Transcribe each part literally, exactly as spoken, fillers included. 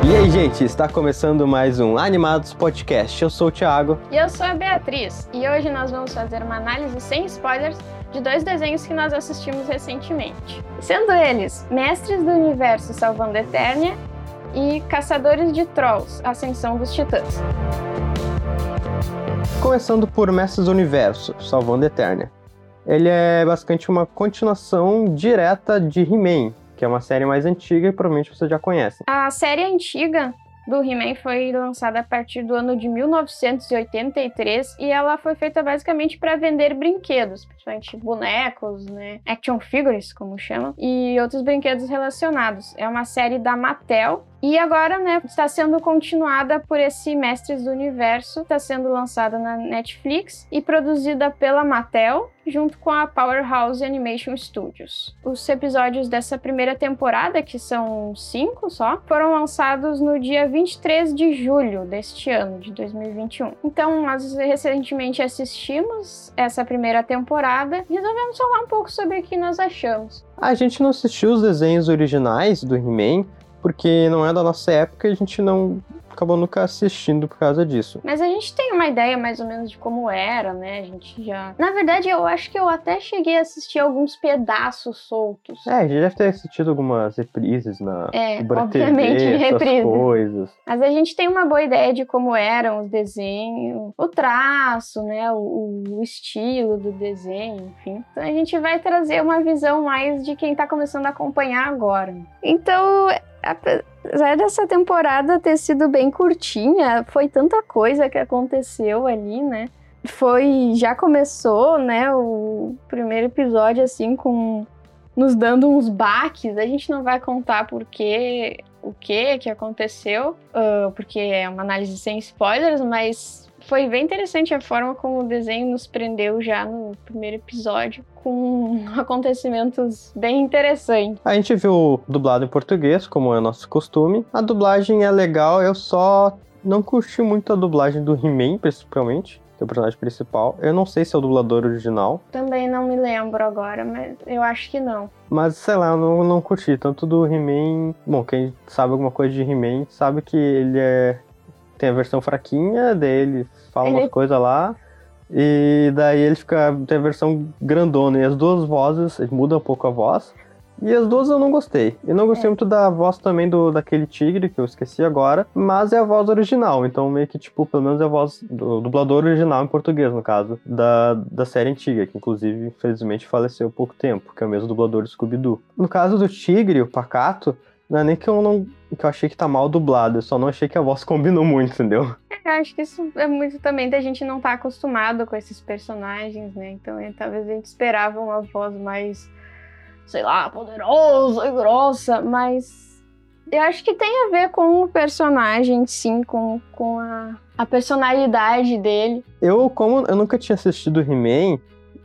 E aí, gente, está começando mais um Animados Podcast. Eu sou o Thiago. E eu sou a Beatriz. E hoje nós vamos fazer uma análise sem spoilers de dois desenhos que nós assistimos recentemente. Sendo eles Mestres do Universo Salvando Eternia e Caçadores de Trolls, Ascensão dos Titãs. Começando por Mestres do Universo Salvando Eternia. Ele é basicamente uma continuação direta de He-Man, que é uma série mais antiga e provavelmente você já conhece. A série antiga do He-Man foi lançada a partir do ano de mil novecentos e oitenta e três e ela foi feita basicamente para vender brinquedos, principalmente bonecos, né, action figures, como chamam, e outros brinquedos relacionados. É uma série da Mattel e agora, né, está sendo continuada por esse Mestres do Universo, está sendo lançada na Netflix e produzida pela Mattel, junto com a Powerhouse Animation Studios. Os episódios dessa primeira temporada, que são cinco só, foram lançados no dia vinte e três de julho deste ano, de dois mil e vinte e um. Então, nós recentemente assistimos essa primeira temporada e resolvemos falar um pouco sobre o que nós achamos. A gente não assistiu os desenhos originais do He-Man, porque não é da nossa época e a gente não acabou nunca assistindo por causa disso. Mas a gente tem uma ideia mais ou menos de como era, né? A gente já... Na verdade, eu acho que eu até cheguei a assistir alguns pedaços soltos. É, a gente deve ter assistido algumas reprises na É, Ubra obviamente, T V, essas reprises. coisas. Mas a gente tem uma boa ideia de como eram os desenhos, o traço, né? O, o estilo do desenho, enfim. Então a gente vai trazer uma visão mais de quem tá começando a acompanhar agora. Então... apesar dessa temporada ter sido bem curtinha, foi tanta coisa que aconteceu ali, né? Foi, já começou, né, o primeiro episódio, assim, com nos dando uns baques. A gente não vai contar por quê, o que que aconteceu, uh, porque é uma análise sem spoilers, mas foi bem interessante a forma como o desenho nos prendeu já no primeiro episódio, com acontecimentos bem interessantes. A gente viu dublado em português, como é nosso costume. A dublagem é legal, eu só não curti muito a dublagem do He-Man, principalmente, que é o personagem principal. Eu não sei se é o dublador original. Também não me lembro agora, mas eu acho que não. Mas, sei lá, eu não, não curti tanto do He-Man. Bom, quem sabe alguma coisa de He-Man sabe que ele é... tem a versão fraquinha dele, fala ele... umas coisas lá. E daí ele fica, tem a versão grandona, e as duas vozes, muda um pouco a voz, e as duas eu não gostei. Eu não gostei é. muito da voz também do, daquele tigre, que eu esqueci agora, mas é a voz original, então meio que, tipo, pelo menos é a voz do dublador original em português, no caso, da, da série antiga, que inclusive, infelizmente, faleceu há pouco tempo, que é o mesmo dublador do Scooby-Doo. No caso do tigre, o Pacato, não é nem que eu não que eu achei que tá mal dublado, eu só não achei que a voz combinou muito, entendeu? Eu acho que isso é muito também da gente não estar tá acostumado com esses personagens, né? Então, é, talvez a gente esperava uma voz mais, sei lá, poderosa e grossa, mas eu acho que tem a ver com o personagem, sim, com, com a, a personalidade dele. Eu, como eu nunca tinha assistido He-Man,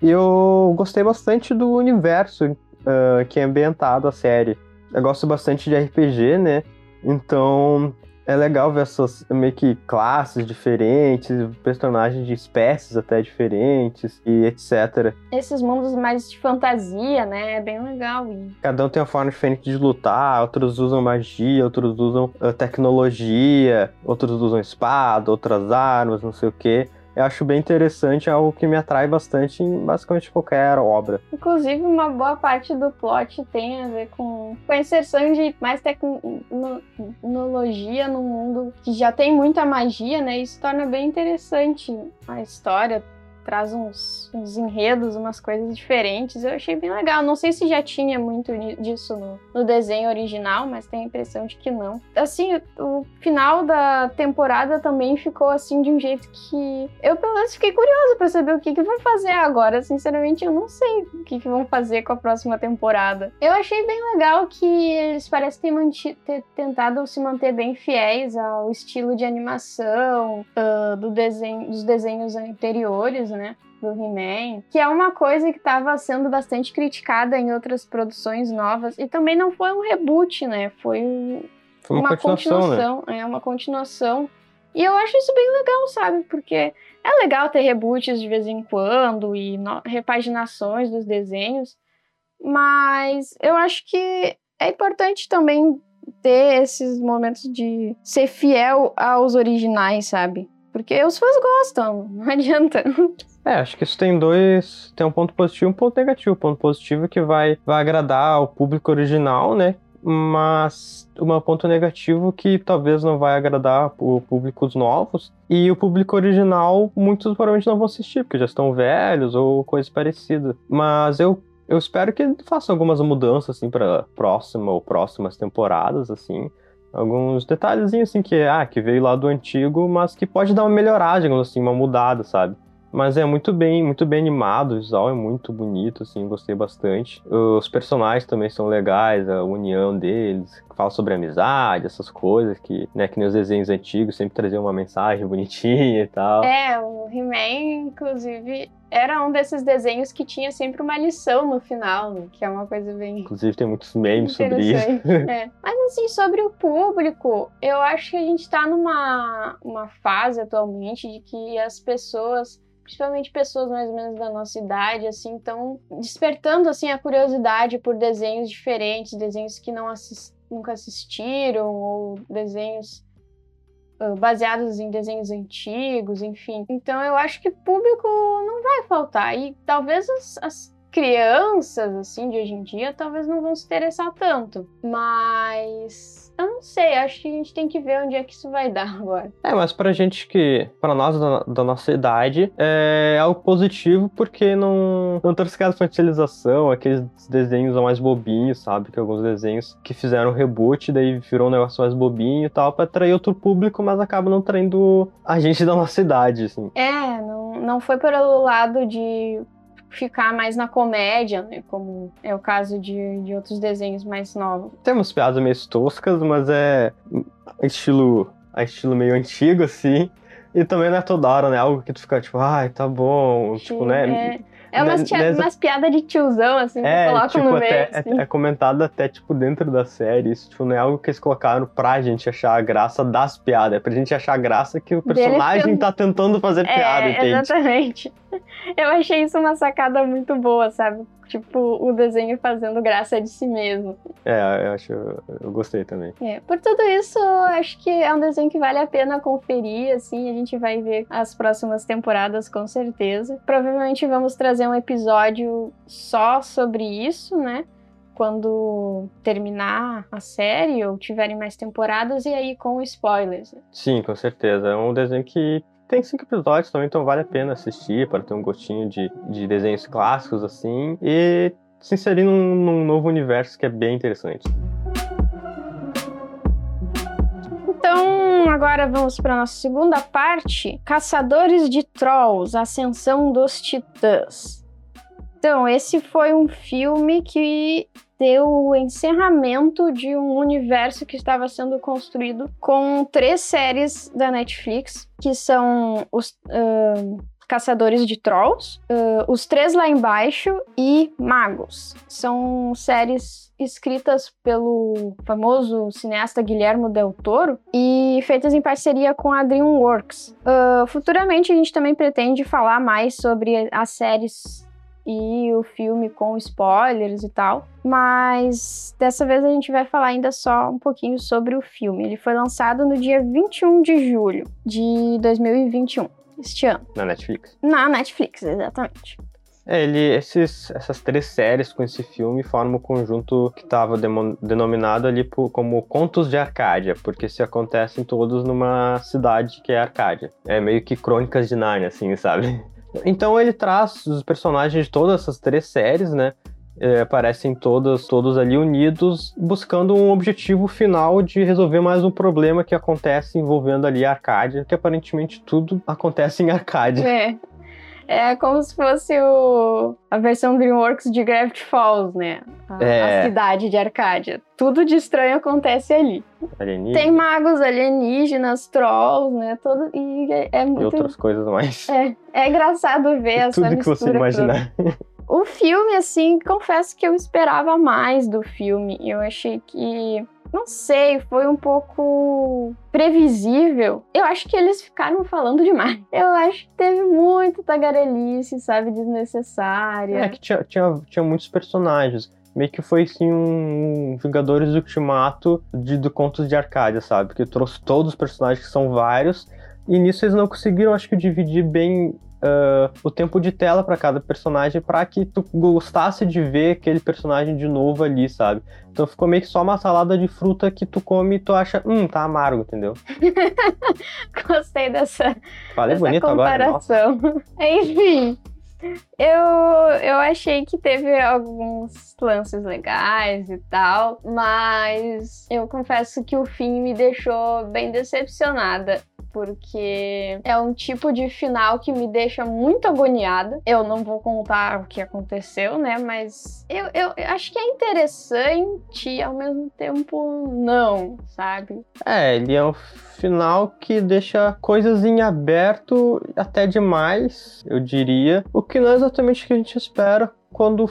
eu gostei bastante do universo uh, que é ambientado a série. Eu gosto bastante de R P G, né? Então é legal ver essas meio que classes diferentes, personagens de espécies até diferentes e etcétera. Esses mundos mais de fantasia, né? É bem legal. Cada um tem uma forma diferente de lutar, outros usam magia, outros usam uh, tecnologia, outros usam espada, outras armas, não sei o quê. Eu acho bem interessante, é algo que me atrai bastante em basicamente qualquer obra. Inclusive, uma boa parte do plot tem a ver com, com a inserção de mais tecnologia no mundo que já tem muita magia, né? Isso torna bem interessante a história, traz uns, uns enredos, umas coisas diferentes. Eu achei bem legal. Não sei se já tinha muito disso no, no desenho original, mas tenho a impressão de que não. Assim, o final da temporada também ficou assim de um jeito que eu, pelo menos, fiquei curiosa pra saber o que, que vão fazer agora. Sinceramente, eu não sei o que, que vão fazer com a próxima temporada. Eu achei bem legal que eles parecem ter, manti- ter tentado se manter bem fiéis ao estilo de animação uh, do desenho, dos desenhos anteriores, né, do He-Man, que é uma coisa que estava sendo bastante criticada em outras produções novas, e também não foi um reboot, né, foi, foi uma, uma continuação, continuação, né? é uma continuação, e eu acho isso bem legal, sabe, porque é legal ter reboots de vez em quando, e no- repaginações dos desenhos, mas eu acho que é importante também ter esses momentos de ser fiel aos originais, sabe? Porque os fãs gostam, não adianta. É, acho que isso tem dois... Tem um ponto positivo e um ponto negativo. O ponto positivo é que vai, vai agradar ao público original, né? Mas um ponto negativo que talvez não vai agradar o públicos novos. E o público original, muitos provavelmente não vão assistir, porque já estão velhos ou coisa parecida. Mas eu, eu espero que façam algumas mudanças, assim, para próxima ou próximas temporadas, assim. Alguns detalhezinhos, assim, que, ah, que veio lá do antigo, mas que pode dar uma melhorada, digamos assim, uma mudada, sabe? Mas é muito bem, muito bem animado, o visual é muito bonito, assim, gostei bastante. Os personagens também são legais, a união deles, fala sobre amizade, essas coisas que, né, que nem os desenhos antigos sempre traziam uma mensagem bonitinha e tal. É, o He-Man, inclusive, era um desses desenhos que tinha sempre uma lição no final, né? Que é uma coisa bem... Inclusive tem muitos memes sobre isso. É. Mas assim, sobre o público, eu acho que a gente tá numa uma fase atualmente de que as pessoas... principalmente pessoas mais ou menos da nossa idade, assim, estão despertando, assim, a curiosidade por desenhos diferentes, desenhos que não assist... nunca assistiram, ou desenhos uh, baseados em desenhos antigos, enfim. Então eu acho que público não vai faltar, e talvez as, as crianças, assim, de hoje em dia, talvez não vão se interessar tanto, mas... eu não sei, acho que a gente tem que ver onde é que isso vai dar agora. É, mas pra gente que, pra nós da, da nossa idade, é algo positivo porque não, não trouxe aquela infantilização, aqueles desenhos mais bobinhos, sabe? Que alguns desenhos que fizeram reboot, daí virou um negócio mais bobinho e tal, pra atrair outro público, mas acaba não traindo a gente da nossa idade, assim. É, não, não foi pelo lado de... ficar mais na comédia, né? Como é o caso de, de outros desenhos mais novos. Tem umas piadas meio toscas, mas é estilo, é estilo meio antigo, assim. E também não é toda hora, né? Algo que tu fica tipo, ai, tá bom. Sim, tipo, né? É, é umas, tia, nessa... umas piadas de tiozão, assim, que é, colocam tipo, no até, meio. Assim. É, é comentado até, tipo, dentro da série. Isso, tipo, não é algo que eles colocaram pra gente achar a graça das piadas. É pra gente achar a graça que o personagem Deles... tá tentando fazer é, piada, entende? Exatamente. Eu achei isso uma sacada muito boa, sabe? Tipo, o desenho fazendo graça de si mesmo. É, eu acho, eu gostei também. É, por tudo isso, acho que é um desenho que vale a pena conferir, assim, a gente vai ver as próximas temporadas com certeza. Provavelmente vamos trazer um episódio só sobre isso, né? Quando terminar a série ou tiverem mais temporadas, e aí com spoilers. Né? Sim, com certeza. É um desenho que tem cinco episódios também, então vale a pena assistir para ter um gostinho de, de desenhos clássicos, assim, e se inserir num, num novo universo que é bem interessante. Então, agora vamos para a nossa segunda parte, Caçadores de Trolls, Ascensão dos Titãs. Então, esse foi um filme que deu o encerramento de um universo que estava sendo construído com três séries da Netflix, que são os uh, Caçadores de Trolls, uh, Os Três Lá Embaixo e Magos. São séries escritas pelo famoso cineasta Guillermo del Toro e feitas em parceria com a DreamWorks. Uh, futuramente a gente também pretende falar mais sobre as séries e o filme com spoilers e tal, mas dessa vez a gente vai falar ainda só um pouquinho sobre o filme. Ele foi lançado no dia vinte e um de julho de dois mil e vinte e um, este ano. Na Netflix? Na Netflix, exatamente. É, ele, esses, essas três séries com esse filme formam um conjunto que estava denominado ali por, como Contos de Arcádia, porque se acontecem todos numa cidade que é Arcádia. É meio que Crônicas de Nárnia, assim, sabe? Então ele traz os personagens de todas essas três séries, né? É, aparecem todos, todos ali unidos, buscando um objetivo final de resolver mais um problema que acontece envolvendo ali a Arcádia, que aparentemente tudo acontece em Arcádia. É. É como se fosse o, a versão DreamWorks de Gravity Falls, né? A, é. a cidade de Arcádia. Tudo de estranho acontece ali. Tem magos, alienígenas, trolls, né? Todo, e é, é muito... E outras coisas mais. É, é engraçado ver essa tudo mistura. Tudo que você imaginar. Toda. O filme, assim, confesso que eu esperava mais do filme. Eu achei que... Não sei, foi um pouco previsível. Eu acho que eles ficaram falando demais. Eu acho que teve muita tagarelice, sabe, desnecessária. É que tinha, tinha, tinha muitos personagens. meio que foi, assim, um Vingadores Ultimato de, do Contos de Arcádia, sabe? Que trouxe todos os personagens, que são vários, e nisso eles não conseguiram, acho que, dividir bem uh, o tempo de tela para cada personagem, para que tu gostasse de ver aquele personagem de novo ali, sabe? Então ficou meio que só uma salada de fruta que tu come e tu acha, hum, tá amargo, entendeu? Gostei dessa, Falei dessa bonito comparação. Agora, Enfim, eu, eu achei que teve alguns lances legais e tal, mas eu confesso que o fim me deixou bem decepcionada, porque é um tipo de final que me deixa muito agoniada. Eu não vou contar o que aconteceu, né? Mas eu, eu, eu acho que é interessante e ao mesmo tempo não, sabe? É, ele é um final que deixa coisas em aberto até demais, eu diria. O que não é exatamente o que a gente espera quando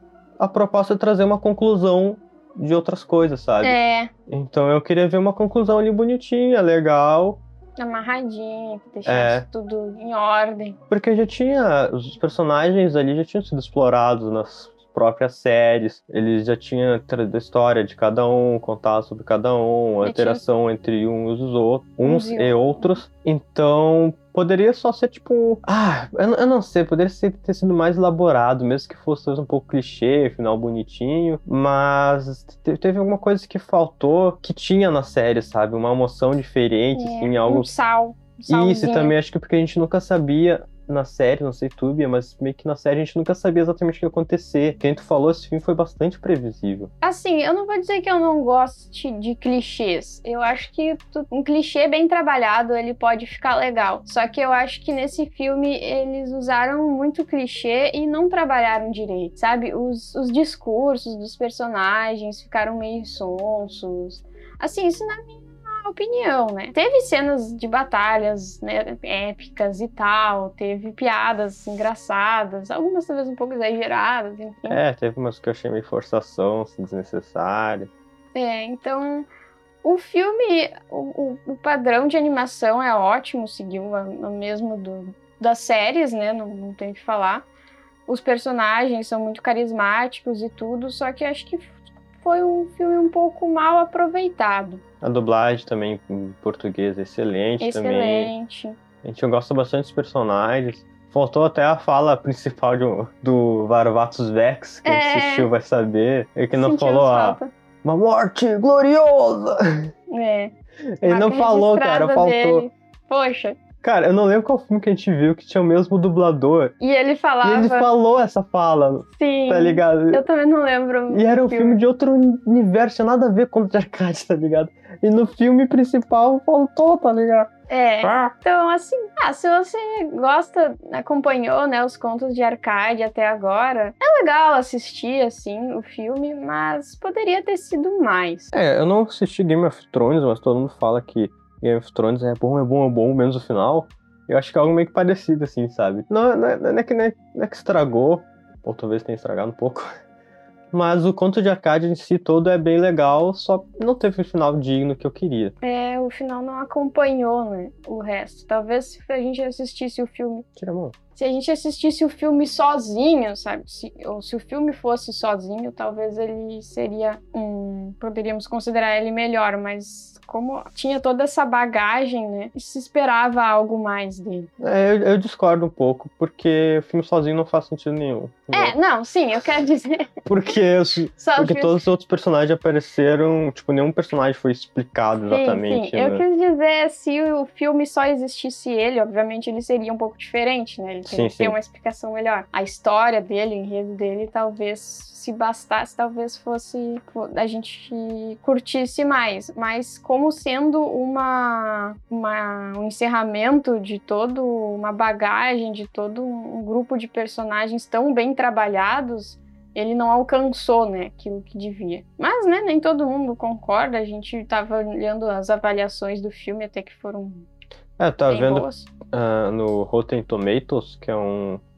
a proposta é trazer uma conclusão de outras coisas, sabe? É. Então eu queria ver uma conclusão ali bonitinha, legal. Amarradinha, que deixasse é. tudo em ordem. Porque já tinha, os personagens ali já tinham sido explorados nas próprias séries, eles já tinham a história de cada um, contar sobre cada um, a interação tinha... entre uns e os outros, uns e, e outros. Então poderia só ser tipo, ah, eu, eu não sei, poderia ser, ter sido mais elaborado, mesmo que fosse um pouco clichê, final bonitinho, mas teve alguma coisa que faltou, que tinha na série, sabe? Uma emoção diferente, é, assim, algo... Um sal. Um Isso, e também acho que porque a gente nunca sabia na série, não sei Tubia, mas meio que na série a gente nunca sabia exatamente o que ia acontecer. Quem tu falou, esse filme foi bastante previsível. Assim, eu não vou dizer que eu não goste de clichês. Eu acho que um clichê bem trabalhado, ele pode ficar legal. Só que eu acho que nesse filme eles usaram muito clichê e não trabalharam direito, sabe? Os, os discursos dos personagens ficaram meio sonsos. Assim, isso na minha opinião, né? Teve cenas de batalhas, né, épicas e tal, teve piadas engraçadas, algumas talvez um pouco exageradas, enfim. É, teve umas que eu achei meio forçação, assim, desnecessária. É, então o filme, o, o, o padrão de animação é ótimo, seguiu o mesmo do, das séries, né? Não, não tem o que falar. Os personagens são muito carismáticos e tudo, só que acho que foi um filme um pouco mal aproveitado. A dublagem também em português é excelente, excelente. também. Excelente. A gente gosta bastante dos personagens. Faltou até a fala principal do, do Varvatos Vex, quem é... assistiu vai saber. Ele que não falou a uma morte gloriosa. É. Ele não falou, cara, faltou. Dele. Poxa. Cara, eu não lembro qual filme que a gente viu que tinha o mesmo dublador. E ele falava... E ele falou essa fala. Sim. Tá ligado? Eu também não lembro. E era um filme. filme de outro universo, tinha nada a ver com o de arcade, tá ligado? E no filme principal faltou, tá ligado? É. Ah. Então, assim, ah, se você gosta, acompanhou, né, os contos de arcade até agora, é legal assistir, assim, o filme, mas poderia ter sido mais. É, eu não assisti Game of Thrones, mas todo mundo fala que Game of Thrones é bom, é bom, é bom, menos o final. Eu acho que é algo meio que parecido, assim, sabe? Não, não, é, não, é, que, não, é, não é que estragou, ou talvez tenha estragado um pouco. Mas o conto de arcade em si todo é bem legal, só não teve o final digno que eu queria. É, o final não acompanhou, né, o resto. Talvez se a gente assistisse o filme... Tira a mão. Se a gente assistisse o filme sozinho, sabe? Se, ou se o filme fosse sozinho, talvez ele seria um... Poderíamos considerar ele melhor, mas como tinha toda essa bagagem, né? Se esperava algo mais dele. É, eu, eu discordo um pouco, porque o filme sozinho não faz sentido nenhum. É, não, sim, eu quero dizer... Porque, porque todos os outros personagens apareceram, tipo, nenhum personagem foi explicado exatamente. Sim, sim. Né? Eu quis dizer, se o filme só existisse ele, obviamente ele seria um pouco diferente, né? Ele teria que ter uma explicação melhor. A história dele, o enredo dele, talvez se bastasse, talvez fosse a gente curtisse mais. Mas como sendo uma, uma um encerramento de todo uma bagagem, de todo um grupo de personagens tão bem trabalhados, ele não alcançou, né, aquilo que devia. Mas, né, nem todo mundo concorda. A gente tava olhando as avaliações do filme, até que foram é, tá bem vendo boas. Uh, no Rotten Tomatoes, que é um,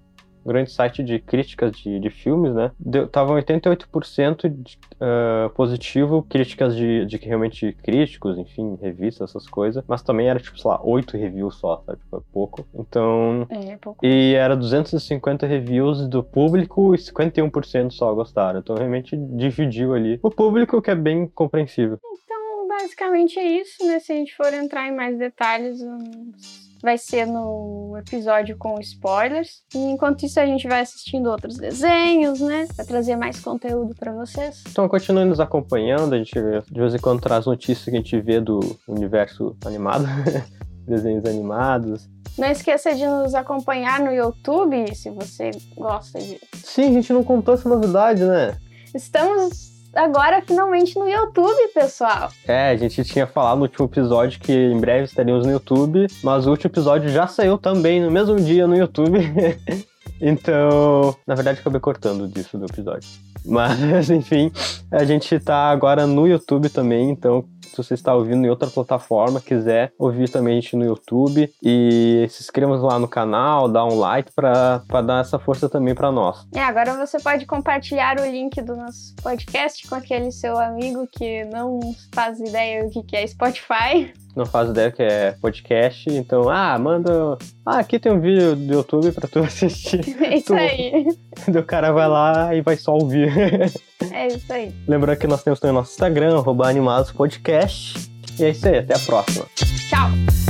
grande site de críticas de, de filmes, né? Deu, tava oitenta e oito por cento de, uh, positivo, críticas de, de realmente críticos, enfim, revistas, essas coisas. Mas também era, tipo, sei lá, oito reviews só, sabe? Foi pouco. Então... É, pouco. E era duzentos e cinquenta reviews do público e cinquenta e um por cento só gostaram. Então realmente dividiu ali o público, que é bem compreensível. Então, basicamente é isso, né? Se a gente for entrar em mais detalhes, vai ser no episódio com spoilers. E enquanto isso, a gente vai assistindo outros desenhos, né? Pra trazer mais conteúdo pra vocês. Então, continue nos acompanhando. A gente de vez em quando traz notícias que a gente vê do universo animado. Desenhos animados. Não esqueça de nos acompanhar no YouTube, se você gosta de... Sim, a gente não contou essa novidade, né? Estamos agora finalmente no YouTube, pessoal. É, a gente tinha falado no último episódio que em breve estaríamos no YouTube, mas o último episódio já saiu também no mesmo dia no YouTube. Então, na verdade, acabei cortando disso do episódio. Mas, enfim, a gente tá agora no YouTube também, então se você está ouvindo em outra plataforma, quiser ouvir também a gente no YouTube, e se inscreva lá no canal, dá um like pra, pra dar essa força também pra nós. É, agora você pode compartilhar o link do nosso podcast com aquele seu amigo que não faz ideia do que é Spotify. Não faz ideia que é podcast, então, ah, manda... Ah, aqui tem um vídeo do YouTube pra tu assistir. É isso tu... aí. O cara vai lá e vai só ouvir. É isso aí. Lembrando que nós temos também o nosso Instagram, arroba Animados Podcast. E é isso aí, até a próxima. Tchau!